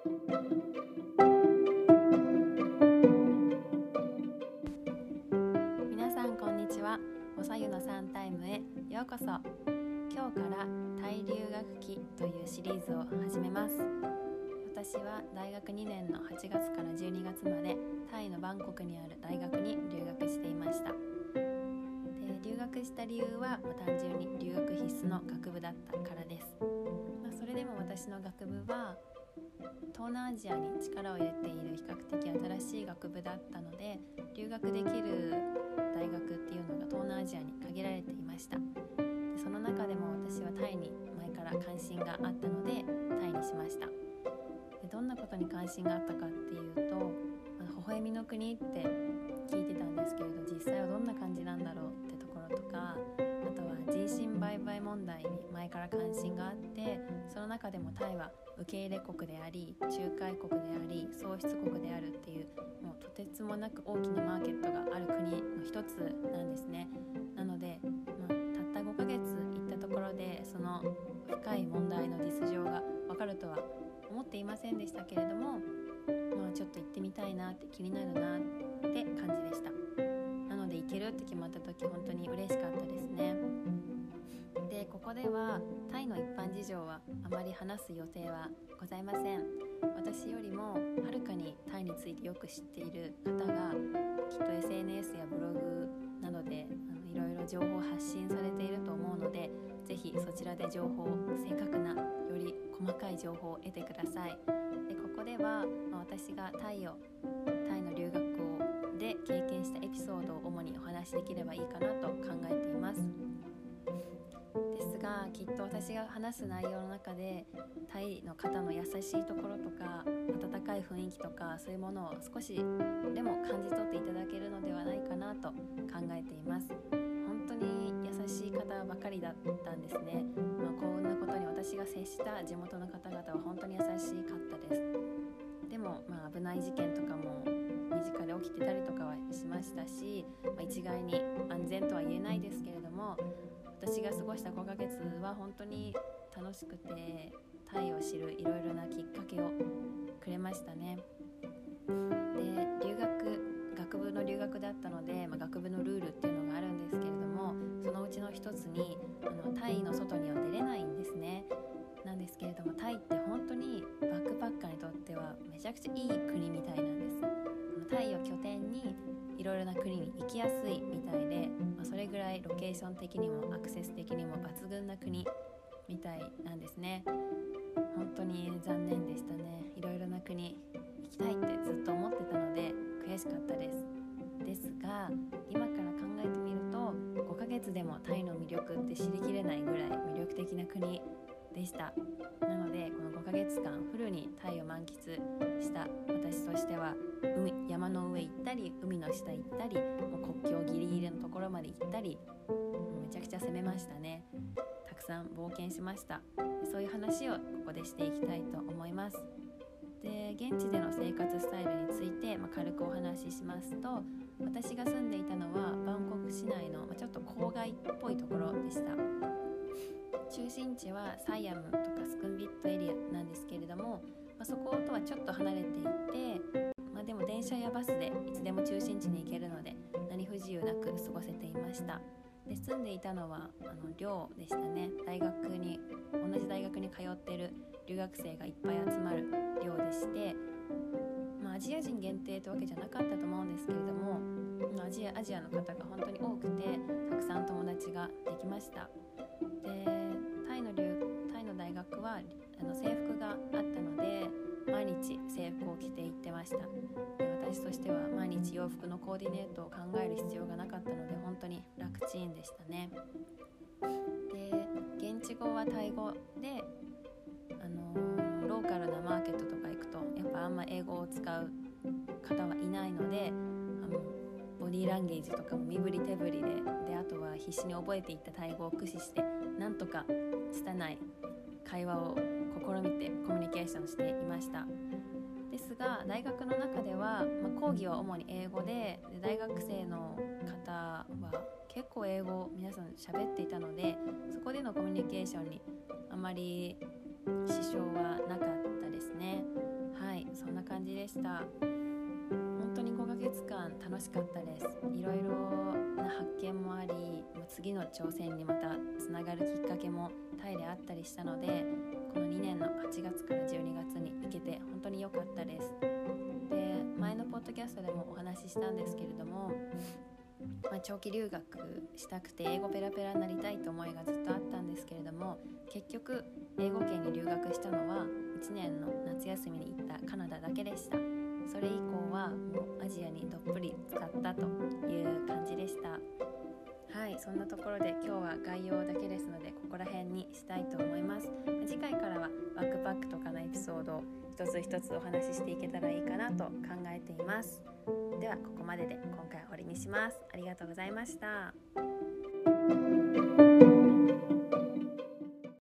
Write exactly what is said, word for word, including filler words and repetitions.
皆さんこんにちは。おさゆのサンタイムへようこそ。今日からタイ留学期というシリーズを始めます。私は大学にねんのはちがつからじゅうにがつまでタイのバンコクにある大学に留学していました。で留学した理由は、まあ、単純に留学必須の学部だったからです。まあ、それでも私の学部は東南アジアに力を入れている比較的新しい学部だったので、留学できる大学っていうのが東南アジアに限られていました。でその中でも私はタイに前から関心があったのでタイにしました。でどんなことに関心があったかっていうと、まあ、微笑みの国って聞いてたんですけれど、実際はどんな感じなんだろうってところとか、あとは人身売買問題に前から関心があって、その中でもタイは受け入れ国であり、仲介国であり、創出国であるっていう、もうとてつもなく大きなマーケットがある国の一つなんですね。なので、まあ、たったごかげつ行ったところでその深い問題の実情が分かるとは思っていませんでしたけれども、まあ、ちょっと行ってみたいなって、気になるなって感じでした。なので行けるって決まった時、本当に嬉しかったですね。でここではタイの一般事情はあまり話す予定はございません。私よりもはるかにタイについてよく知っている方がきっと エスエヌエス やブログなどであのいろいろ情報を発信されていると思うので、ぜひそちらで情報、正確な、より細かい情報を得てください。でここでは、まあ、私がタイをタイの留学校で経験したエピソードを主にお話しできればいいかなと考えています。ですが、きっと私が話す内容の中でタイの方の優しいところとか、温かい雰囲気とか、そういうものを少しでも感じ取っていただけるのではないかなと考えています。本当に優しい方ばかりだったんですね。まあ、こんなことに私が接した地元の方々は本当に優しかったです。でも、まあ、危ない事件とかも身近で起きてたりとかはしましたし、まあ、一概に安全とは言えないですけれども、私が過ごしたごかげつは本当に楽しくて、タイを知るいろいろなきっかけをくれましたね。で留学学部の留学だったので、まあ、学部のルールっていうのがあるんですけれども、そのうちの一つにあのタイの外には出れないんですね。なんですけれども、タイって本当にバックパッカーにとってはめちゃくちゃいい国みたいなんです。タイを拠点にいろいろな国に行きやすいみたいで、まあ、それぐらいロケーション的にもアクセス的にも抜群な国みたいなんですね。本当に残念でしたね。いろいろな国行きたいってずっと思ってたので悔しかったです。ですが、今から考えてみると、ごかげつでもタイの魅力って知りきれないぐらい魅力的な国でした。なのでこのごかげつかんフルにタイを満喫した私としては、海山の上行ったり、海の下行ったり、もう国境ギリギリのところまで行ったり、めちゃくちゃ攻めましたね。たくさん冒険しました。そういう話をここでしていきたいと思います。で現地での生活スタイルについて、まあ、軽くお話ししますと、私が住んでいたのはバンコク市内の、まあ、ちょっと郊外っぽいところでした。中心地はサイアムとかスクンビットエリアなんですけれども、まあ、そことはちょっと離れていて、まあ、でも電車やバスでいつでも中心地に行けるので何不自由なく過ごせていました。で住んでいたのはあの寮でしたね。大学に同じ大学に通っている留学生がいっぱい集まる寮でして、まあ、アジア人限定というわけじゃなかったと思うんですけれども、アジア、アジアの方が本当に多くて、たくさん友達ができました。でタイの留タイの大学はあの制服があったので、毎日制服を着て行ってました。で私としては毎日洋服のコーディネートを考える必要がなかったので、本当に楽ちんでしたね。で現地語はタイ語で、あのー、ローカルなマーケットとか行くとやっぱあんま英語を使う方はいないので、あのボディーランゲージとかも身振り手振りで、であとは必死に覚えていったタイ語を駆使してなんとか拙い会話を試みてコミュニケーションしていました。ですが大学の中では、まあ、講義は主に英語 で, で大学生の方は結構英語を皆さん喋っていたので、そこでのコミュニケーションにあまり支障はなかったですね。 でした。本当にごかげつかん楽しかったです。いろいろな発見もあり、次の挑戦にまたつながるきっかけもタイであったりしたので、このにねんのはちがつからじゅうにがつに行けて本当に良かったです。で、前のポッドキャストでもお話ししたんですけれども、まあ、長期留学したくて英語ペラペラになりたいと思いがずっとあったんですけれども、結局英語圏に留学したのはいちねんの夏休みに行ったカナダだけでした。それ以降はもうアジアにどっぷり使ったという感じでした。はい、そんなところで今日は概要だけですので、ここら辺にしたいと思います。次回からはバックパックとかのエピソードを一つ一つお話ししていけたらいいかなと考えています。ではここまでで今回は終わりにします。ありがとうございました。